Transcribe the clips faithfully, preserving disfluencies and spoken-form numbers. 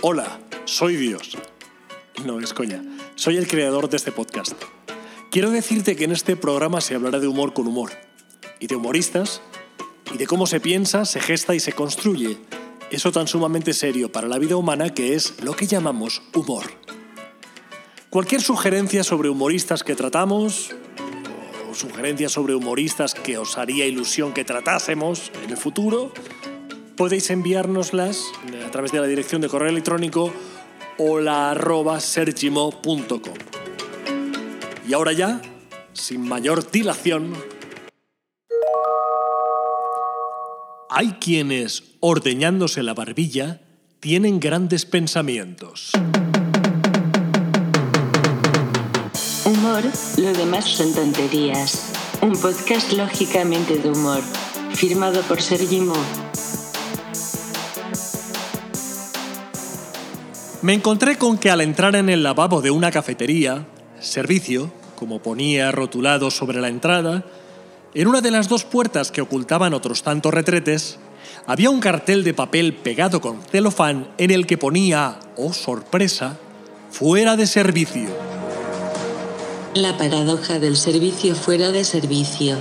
Hola, soy Dios. No, es coña. Soy el creador de este podcast. Quiero decirte que en este programa se hablará de humor con humor, y de humoristas, y de cómo se piensa, se gesta y se construye eso tan sumamente serio para la vida humana que es lo que llamamos humor. Cualquier sugerencia sobre humoristas que tratamos, o sugerencias sobre humoristas que os haría ilusión que tratásemos en el futuro, podéis enviárnoslas a través de la dirección de correo electrónico hola arroba sergimo punto com. Y ahora ya, sin mayor dilación, hay quienes, ordeñándose la barbilla, tienen grandes pensamientos. Humor, lo demás son tonterías. Un podcast lógicamente de humor, firmado por Sergimo. Me encontré con que al entrar en el lavabo de una cafetería, servicio, como ponía rotulado sobre la entrada, en una de las dos puertas que ocultaban otros tantos retretes, había un cartel de papel pegado con celofán en el que ponía, oh sorpresa, fuera de servicio. La paradoja del servicio fuera de servicio.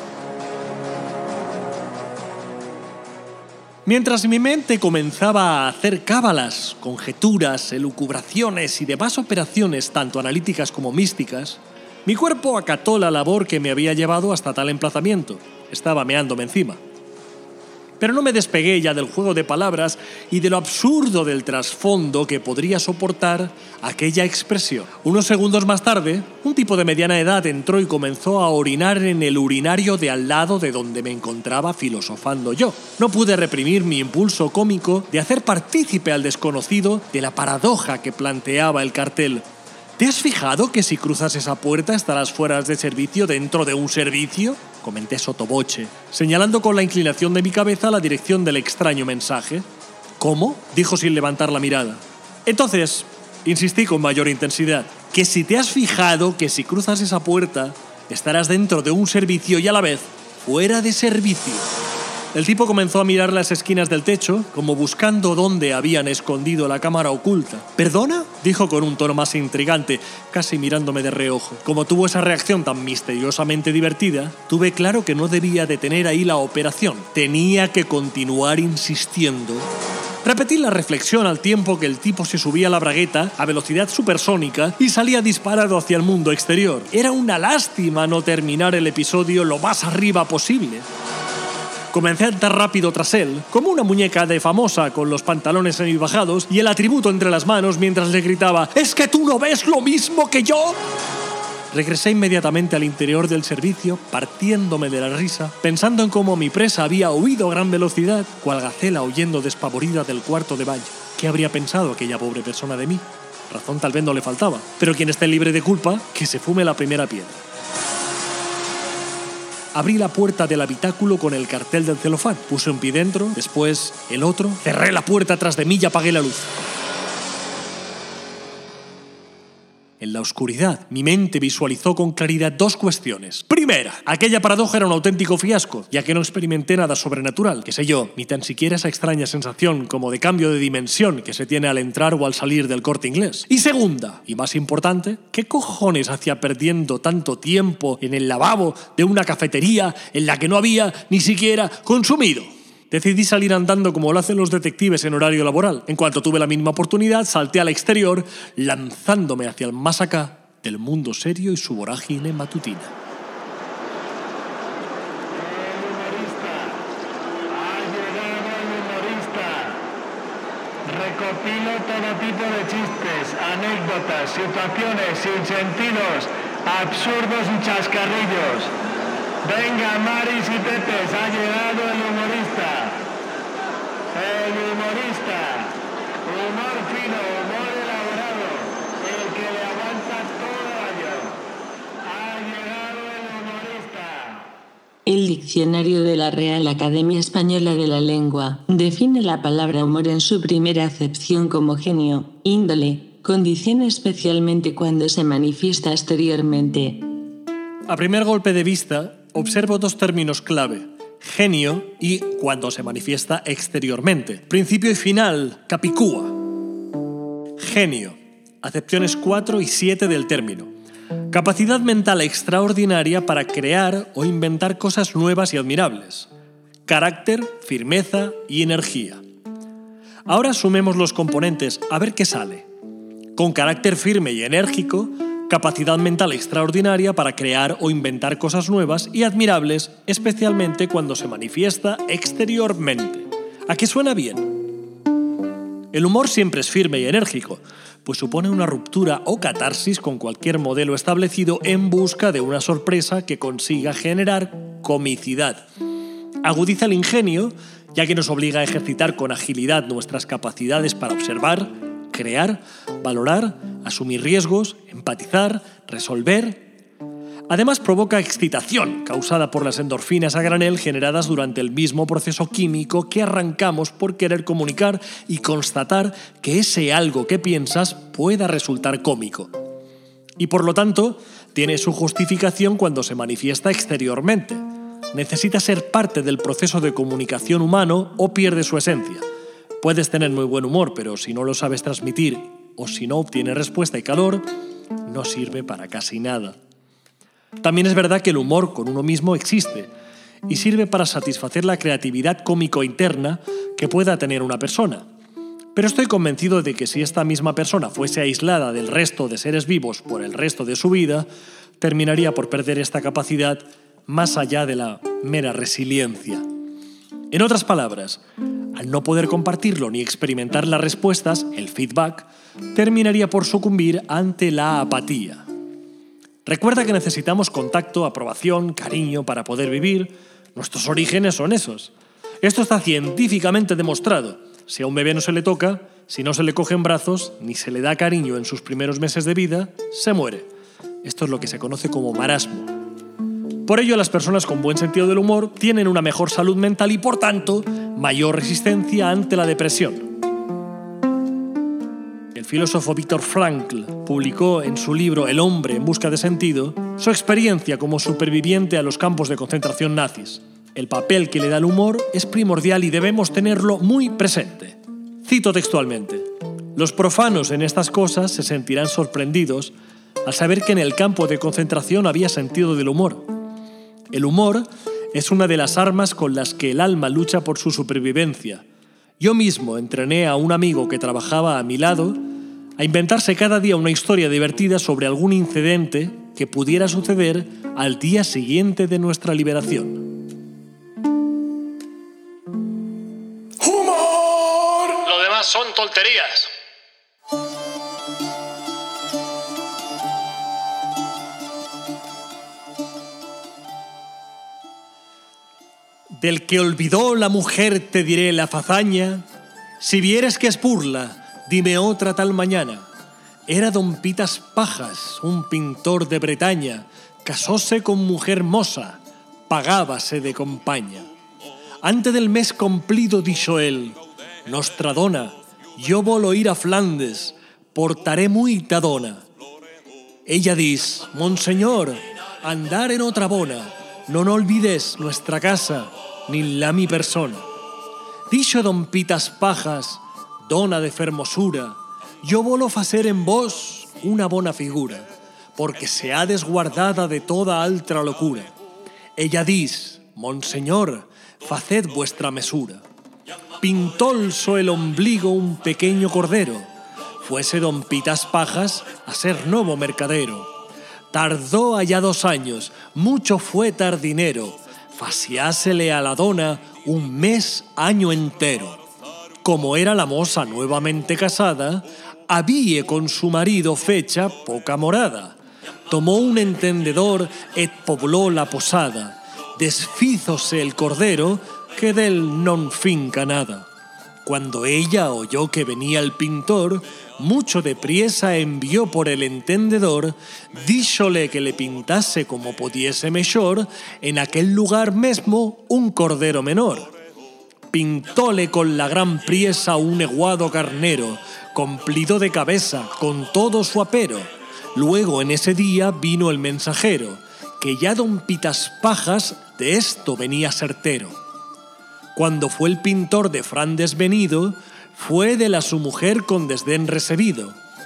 Mientras mi mente comenzaba a hacer cábalas, conjeturas, elucubraciones y demás operaciones tanto analíticas como místicas, mi cuerpo acató la labor que me había llevado hasta tal emplazamiento. Estaba meándome encima. Pero no me despegué ya del juego de palabras y de lo absurdo del trasfondo que podría soportar aquella expresión. Unos segundos más tarde, un tipo de mediana edad entró y comenzó a orinar en el urinario de al lado de donde me encontraba filosofando yo. No pude reprimir mi impulso cómico de hacer partícipe al desconocido de la paradoja que planteaba el cartel. ¿Te has fijado que si cruzas esa puerta estarás fuera de servicio dentro de un servicio? Comenté sotoboche, señalando con la inclinación de mi cabeza la dirección del extraño mensaje. ¿Cómo? Dijo sin levantar la mirada. Entonces, insistí con mayor intensidad, que si te has fijado que si cruzas esa puerta estarás dentro de un servicio y a la vez fuera de servicio. El tipo comenzó a mirar las esquinas del techo, como buscando dónde habían escondido la cámara oculta. ¿Perdona?, dijo con un tono más intrigante, casi mirándome de reojo. Como tuvo esa reacción tan misteriosamente divertida, tuve claro que no debía detener ahí la operación. Tenía que continuar insistiendo. Repetí la reflexión al tiempo que el tipo se subía a la bragueta a velocidad supersónica y salía disparado hacia el mundo exterior. Era una lástima no terminar el episodio lo más arriba posible. Comencé a andar rápido tras él, como una muñeca de famosa con los pantalones semibajados y el atributo entre las manos mientras le gritaba «¿Es que tú no ves lo mismo que yo?». Regresé inmediatamente al interior del servicio, partiéndome de la risa, pensando en cómo mi presa había huido a gran velocidad, cual gacela huyendo despavorida del cuarto de baño. ¿Qué habría pensado aquella pobre persona de mí? Razón tal vez no le faltaba, pero quien esté libre de culpa, que se fume la primera piedra. Abrí la puerta del habitáculo con el cartel del celofán. Puse un pie dentro, después el otro. Cerré la puerta tras de mí y apagué la luz. En la oscuridad, mi mente visualizó con claridad dos cuestiones. Primera, aquella paradoja era un auténtico fiasco, ya que no experimenté nada sobrenatural, qué sé yo, ni tan siquiera esa extraña sensación como de cambio de dimensión que se tiene al entrar o al salir del Corte Inglés. Y segunda, y más importante, ¿qué cojones hacía perdiendo tanto tiempo en el lavabo de una cafetería en la que no había ni siquiera consumido? Decidí salir andando como lo hacen los detectives en horario laboral. En cuanto tuve la mínima oportunidad, salté al exterior, lanzándome hacia el más acá del mundo serio y su vorágine matutina. Recopilo todo tipo de chistes, anécdotas, situaciones, sinsentidos, absurdos y chascarrillos. Venga, Maris y Pepes, ha llegado el humorista. El humorista. Humor fino, humor elaborado. El que le aguanta todo el año. Ha llegado el humorista. El diccionario de la Real Academia Española de la Lengua define la palabra humor en su primera acepción como genio, índole, condición especialmente cuando se manifiesta exteriormente. A primer golpe de vista, observo dos términos clave: genio y cuando se manifiesta exteriormente. Principio y final, capicúa. Ingenio. Acepciones cuatro y siete del término. Capacidad mental extraordinaria para crear o inventar cosas nuevas y admirables. Carácter, firmeza y energía. Ahora sumemos los componentes a ver qué sale. Con carácter firme y enérgico, capacidad mental extraordinaria para crear o inventar cosas nuevas y admirables, especialmente cuando se manifiesta exteriormente. ¿A qué suena bien? El humor siempre es firme y enérgico, pues supone una ruptura o catarsis con cualquier modelo establecido en busca de una sorpresa que consiga generar comicidad. Agudiza el ingenio, ya que nos obliga a ejercitar con agilidad nuestras capacidades para observar, crear, valorar, asumir riesgos, empatizar, resolver. Además provoca excitación, causada por las endorfinas a granel generadas durante el mismo proceso químico que arrancamos por querer comunicar y constatar que ese algo que piensas pueda resultar cómico. Y por lo tanto, tiene su justificación cuando se manifiesta exteriormente. Necesita ser parte del proceso de comunicación humano o pierde su esencia. Puedes tener muy buen humor, pero si no lo sabes transmitir o si no obtiene respuesta y calor, no sirve para casi nada. También es verdad que el humor con uno mismo existe y sirve para satisfacer la creatividad cómico interna que pueda tener una persona. Pero estoy convencido de que si esta misma persona fuese aislada del resto de seres vivos por el resto de su vida, terminaría por perder esta capacidad más allá de la mera resiliencia. En otras palabras, al no poder compartirlo ni experimentar las respuestas, el feedback, terminaría por sucumbir ante la apatía. Recuerda que necesitamos contacto, aprobación, cariño para poder vivir. Nuestros orígenes son esos. Esto está científicamente demostrado. Si a un bebé no se le toca, si no se le coge en brazos, ni se le da cariño en sus primeros meses de vida, se muere. Esto es lo que se conoce como marasmo. Por ello, las personas con buen sentido del humor tienen una mejor salud mental y, por tanto, mayor resistencia ante la depresión. El filósofo Viktor Frankl publicó en su libro El hombre en busca de sentido su experiencia como superviviente a los campos de concentración nazis. El papel que le da el humor es primordial y debemos tenerlo muy presente. Cito textualmente: «Los profanos en estas cosas se sentirán sorprendidos al saber que en el campo de concentración había sentido del humor. El humor es una de las armas con las que el alma lucha por su supervivencia. Yo mismo entrené a un amigo que trabajaba a mi lado a inventarse cada día una historia divertida sobre algún incidente que pudiera suceder al día siguiente de nuestra liberación». ¡Humor! Lo demás son tonterías. Del que olvidó la mujer te diré la fazaña, si vieres que es burla, dime otra tal mañana. Era don Pitas Pajas, un pintor de Bretaña, casóse con mujer moza, pagábase de compaña. Ante del mes cumplido dixo él: Nostradona, yo volo ir a Flandes, portaré muy tadona. Ella dis: Monseñor, andar en otra bona, no no olvides nuestra casa, ni la mi persona. Dixo don Pitas Pajas: Dona de fermosura, yo volo facer en vos una bona figura, porque se ha desguardada de toda altra locura. Ella dis: Monseñor, faced vuestra mesura. Pintolso el ombligo un pequeño cordero, fuese don Pitas Pajas a ser nuevo mercadero. Tardó allá dos años, mucho fue tardinero, faciásele a la dona un mes año entero. Como era la moza nuevamente casada, había con su marido fecha poca morada. Tomó un entendedor et pobló la posada. Desfízose el cordero, que del non finca nada. Cuando ella oyó que venía el pintor, mucho de priesa envió por el entendedor, díxole que le pintase como pudiese mejor en aquel lugar mesmo un cordero menor. Pintóle con la gran priesa un eguado carnero, complido de cabeza, con todo su apero. Luego en ese día vino el mensajero, que ya don Pitas Pajas de esto venía certero. Cuando fue el pintor de Flandes venido, fue de la su mujer con desdén recebido.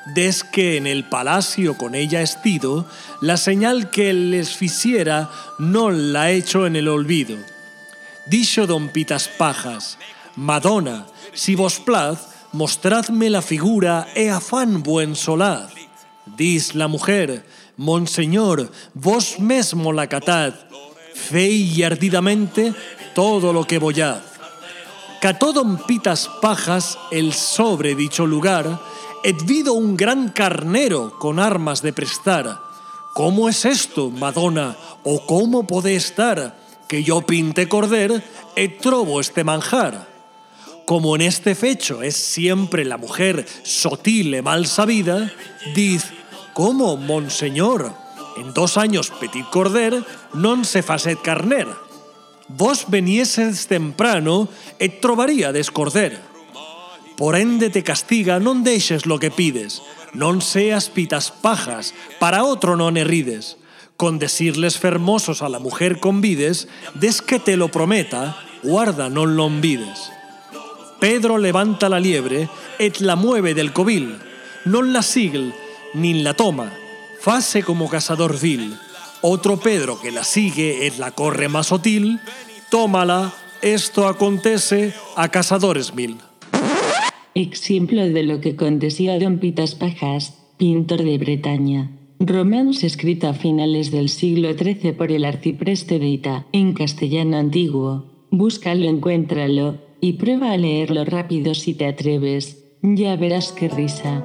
des que en el palacio con ella estido, la señal que les ficiera no la echo en el olvido. Dixo don Pitas Pajas: Madonna, si vos plaz, mostradme la figura e afán buen solaz. Dis la mujer: Monseñor, vos mesmo la catad, fei y ardidamente todo lo que vollad. Cató don Pitas Pajas el sobre dicho lugar, et vido un gran carnero con armas de prestar. ¿Cómo es esto, Madonna, o cómo pode estar, que yo pinte corder et trobo este manjar? Como en este fecho es siempre la mujer sotil e mal sabida, diz: ¿cómo, monseñor? En dos años petit corder non se facet carner. Vos venieses temprano et trovaríades corder. Por ende te castiga, non deixes lo que pides, non seas Pitas Pajas, para otro non errides. Con decirles fermosos a la mujer convides, des que te lo prometa, guarda non lo olvides. Pedro levanta la liebre et la mueve del covil, non la sigue nin la toma, fase como cazador vil. Otro Pedro que la sigue et la corre más sotil, tómala, esto acontece a cazadores mil. Ejemplo de lo que acontecía a don Pitas Pajas, pintor de Bretaña. Romance escrito a finales del siglo trece por el arcipreste de Ita, en castellano antiguo. Búscalo, encuéntralo, y prueba a leerlo rápido si te atreves. Ya verás qué risa.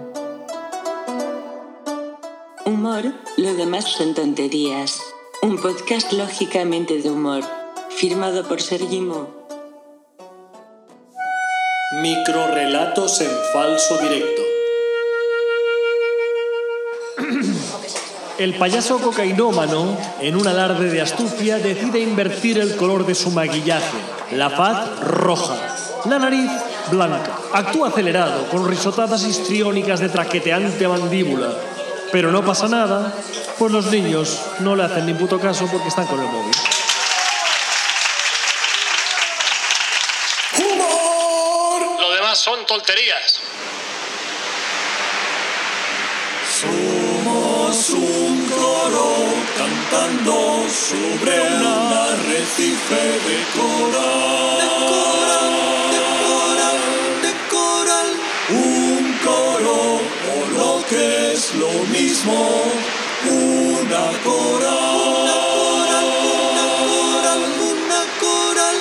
Humor, lo demás son tonterías. Un podcast lógicamente de humor. Firmado por Sergimo. Microrrelatos en falso directo. El payaso cocainómano, en un alarde de astucia, decide invertir el color de su maquillaje. La faz roja, la nariz blanca. Actúa acelerado, con risotadas histriónicas de traqueteante mandíbula. Pero no pasa nada, pues los niños no le hacen ni puto caso porque están con el móvil. Son tonterías. Somos un coro cantando sobre un arrecife de coral. De coral, de coral, de coral. Un coro, o lo que es lo mismo, una coral. Una coral, una coral, una coral.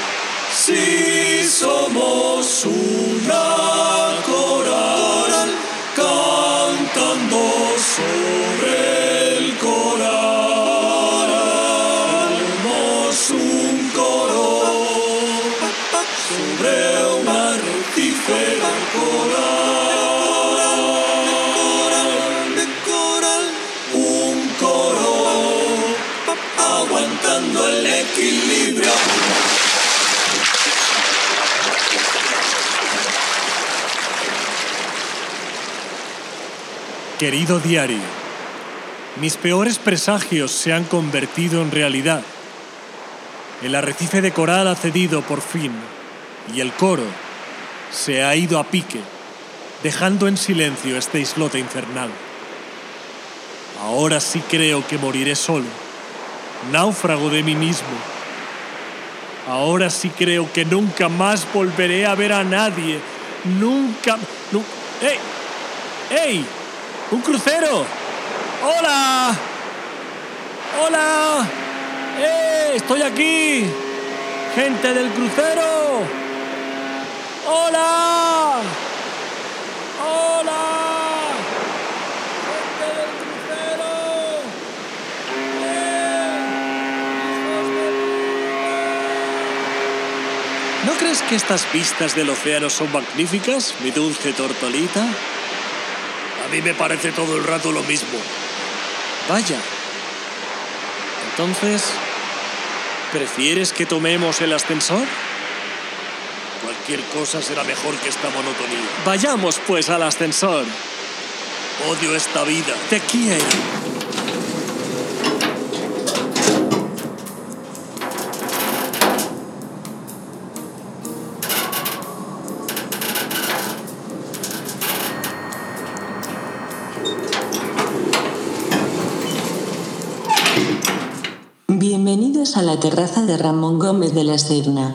Si somos una coral, cantando sobre el coral. Somos un coro sobre un arrecife de coral. De coral, un coro aguantando el equilibrio. Querido diario, mis peores presagios se han convertido en realidad. El arrecife de coral ha cedido por fin y el coro se ha ido a pique, dejando en silencio este islote infernal. Ahora sí creo que moriré solo, náufrago de mí mismo. Ahora sí creo que nunca más volveré a ver a nadie. Nunca... Nu- ¡Ey! ¡Ey! ¡Un crucero! ¡Hola! ¡Hola! ¡Eh! ¡Estoy aquí! ¡Gente del crucero! ¡Hola! ¡Hola! ¡Gente del crucero! ¡Eh! ¡Hijos de puta! ¿No crees que estas vistas del océano son magníficas, mi dulce tortolita? A mí me parece todo el rato lo mismo. Vaya. Entonces, ¿prefieres que tomemos el ascensor? Cualquier cosa será mejor que esta monotonía. Vayamos pues al ascensor. Odio esta vida. Te quiero. Bienvenidos a la terraza de Ramón Gómez de la Serna.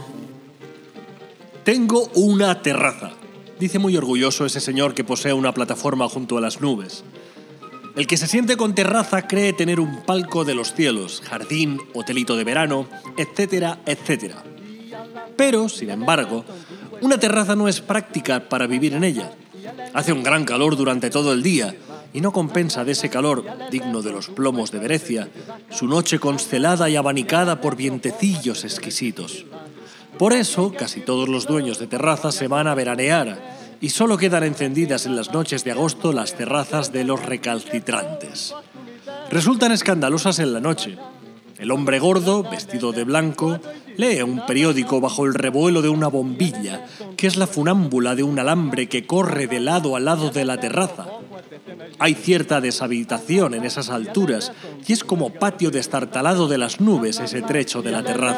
Tengo una terraza, dice muy orgulloso ese señor que posee una plataforma junto a las nubes. El que se siente con terraza cree tener un palco de los cielos, jardín, hotelito de verano, etcétera, etcétera. Pero, sin embargo, una terraza no es práctica para vivir en ella. Hace un gran calor durante todo el día y no compensa de ese calor, digno de los plomos de Venecia, su noche constelada y abanicada por vientecillos exquisitos. Por eso, casi todos los dueños de terrazas se van a veranear y solo quedan encendidas en las noches de agosto las terrazas de los recalcitrantes. Resultan escandalosas en la noche. El hombre gordo, vestido de blanco, lee un periódico bajo el revuelo de una bombilla, que es la funámbula de un alambre que corre de lado a lado de la terraza. Hay cierta deshabitación en esas alturas y es como patio destartalado de las nubes ese trecho de la terraza.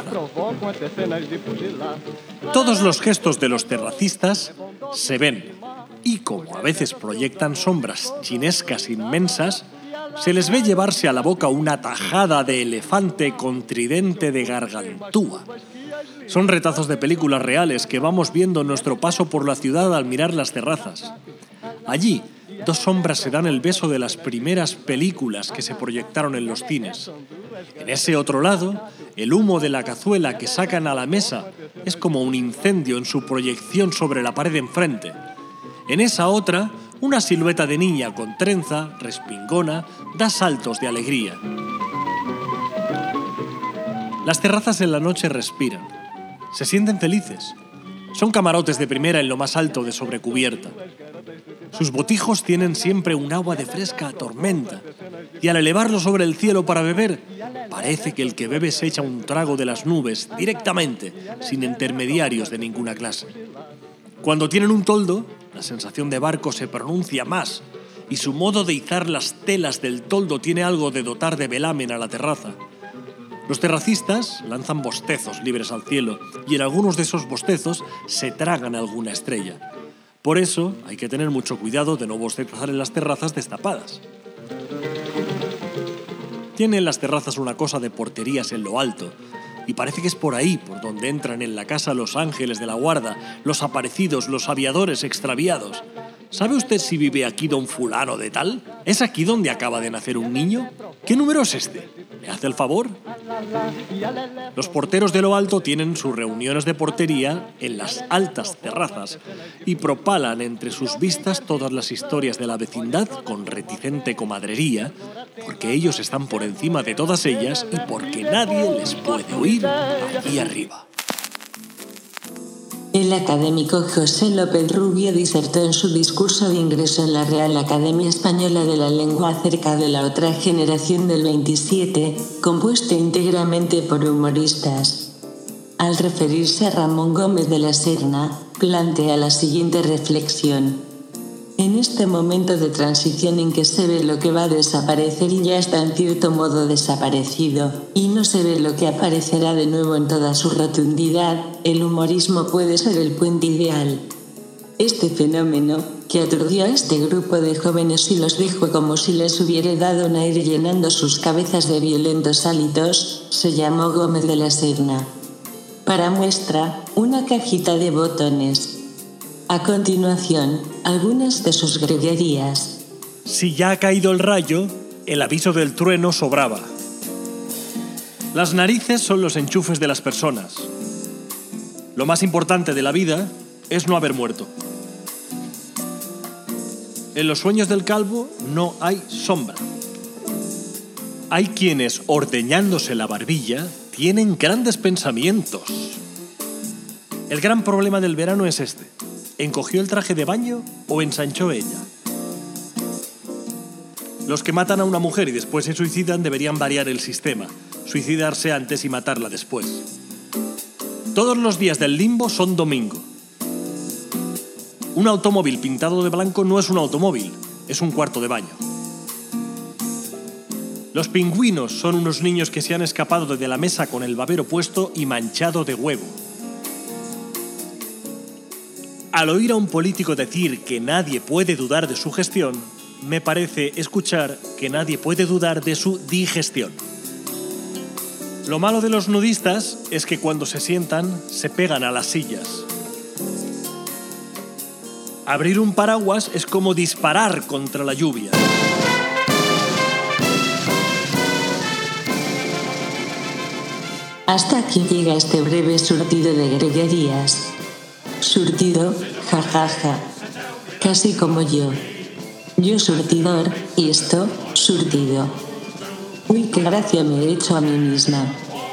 Todos los gestos de los terracistas se ven y como a veces proyectan sombras chinescas inmensas, se les ve llevarse a la boca una tajada de elefante con tridente de gargantúa. Son retazos de películas reales que vamos viendo en nuestro paso por la ciudad al mirar las terrazas. Allí, dos sombras se dan el beso de las primeras películas que se proyectaron en los cines. En ese otro lado, el humo de la cazuela que sacan a la mesa es como un incendio en su proyección sobre la pared de enfrente. En esa otra, una silueta de niña con trenza, respingona, da saltos de alegría. Las terrazas en la noche respiran. Se sienten felices. Son camarotes de primera en lo más alto de sobrecubierta. Sus botijos tienen siempre un agua de fresca tormenta, y al elevarlo sobre el cielo para beber, parece que el que bebe se echa un trago de las nubes directamente, sin intermediarios de ninguna clase. Cuando tienen un toldo, la sensación de barco se pronuncia más, y su modo de izar las telas del toldo tiene algo de dotar de velamen a la terraza. Los terracistas lanzan bostezos libres al cielo, y en algunos de esos bostezos se tragan alguna estrella. Por eso hay que tener mucho cuidado de no bostezar en las terrazas destapadas. Tienen las terrazas una cosa de porterías en lo alto, y parece que es por ahí por donde entran en la casa los ángeles de la guarda, los aparecidos, los aviadores extraviados. ¿Sabe usted si vive aquí don fulano de tal? ¿Es aquí donde acaba de nacer un niño? ¿Qué número es este? ¿Me hace el favor? Los porteros de lo alto tienen sus reuniones de portería en las altas terrazas y propalan entre sus vistas todas las historias de la vecindad con reticente comadrería, porque ellos están por encima de todas ellas y porque nadie les puede oír allí arriba. El académico José López Rubio disertó en su discurso de ingreso en la Real Academia Española de la Lengua acerca de la otra generación del veintisiete, compuesta íntegramente por humoristas. Al referirse a Ramón Gómez de la Serna, plantea la siguiente reflexión. En este momento de transición en que se ve lo que va a desaparecer y ya está en cierto modo desaparecido, y no se ve lo que aparecerá de nuevo en toda su rotundidad, el humorismo puede ser el puente ideal. Este fenómeno, que aturdió a este grupo de jóvenes y los dejó como si les hubiera dado un aire llenando sus cabezas de violentos hálitos, se llamó Gómez de la Serna. Para muestra, una cajita de botones. A continuación, algunas de sus greguerías. Si ya ha caído el rayo, el aviso del trueno sobraba. Las narices son los enchufes de las personas. Lo más importante de la vida es no haber muerto. En los sueños del calvo no hay sombra. Hay quienes, ordeñándose la barbilla, tienen grandes pensamientos. El gran problema del verano es este. ¿Encogió el traje de baño o ensanchó ella? Los que matan a una mujer y después se suicidan deberían variar el sistema, suicidarse antes y matarla después. Todos los días del limbo son domingo. Un automóvil pintado de blanco no es un automóvil, es un cuarto de baño. Los pingüinos son unos niños que se han escapado de la mesa con el babero puesto y manchado de huevo. Al oír a un político decir que nadie puede dudar de su gestión, me parece escuchar que nadie puede dudar de su digestión. Lo malo de los nudistas es que cuando se sientan se pegan a las sillas. Abrir un paraguas es como disparar contra la lluvia. Hasta aquí llega este breve surtido de greguerías. Surtido, jajaja. Ja, ja. Casi como yo. Yo surtidor, y esto, surtido. Uy, qué gracia me he hecho a mí misma.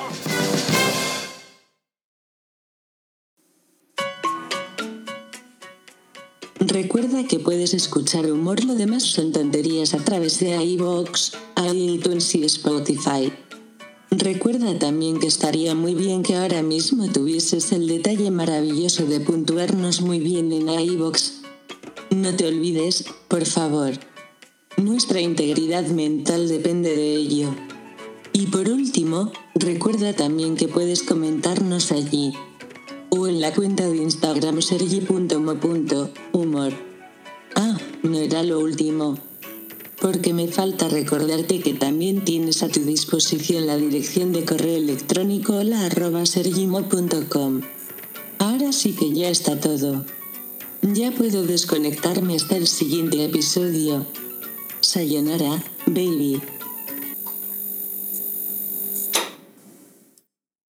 Recuerda que puedes escuchar Humor, lo demás son tonterías a través de iVoox, iTunes y Spotify. Recuerda también que estaría muy bien que ahora mismo tuvieses el detalle maravilloso de puntuarnos muy bien en iVoox. No te olvides, por favor. Nuestra integridad mental depende de ello. Y por último, recuerda también que puedes comentarnos allí. O en la cuenta de Instagram sergi punto mo punto humor. Ah, no era lo último. Porque me falta recordarte que también tienes a tu disposición la dirección de correo electrónico hola arroba sergimo punto com. Ahora sí que ya está todo. Ya puedo desconectarme hasta el siguiente episodio. Sayonara, baby.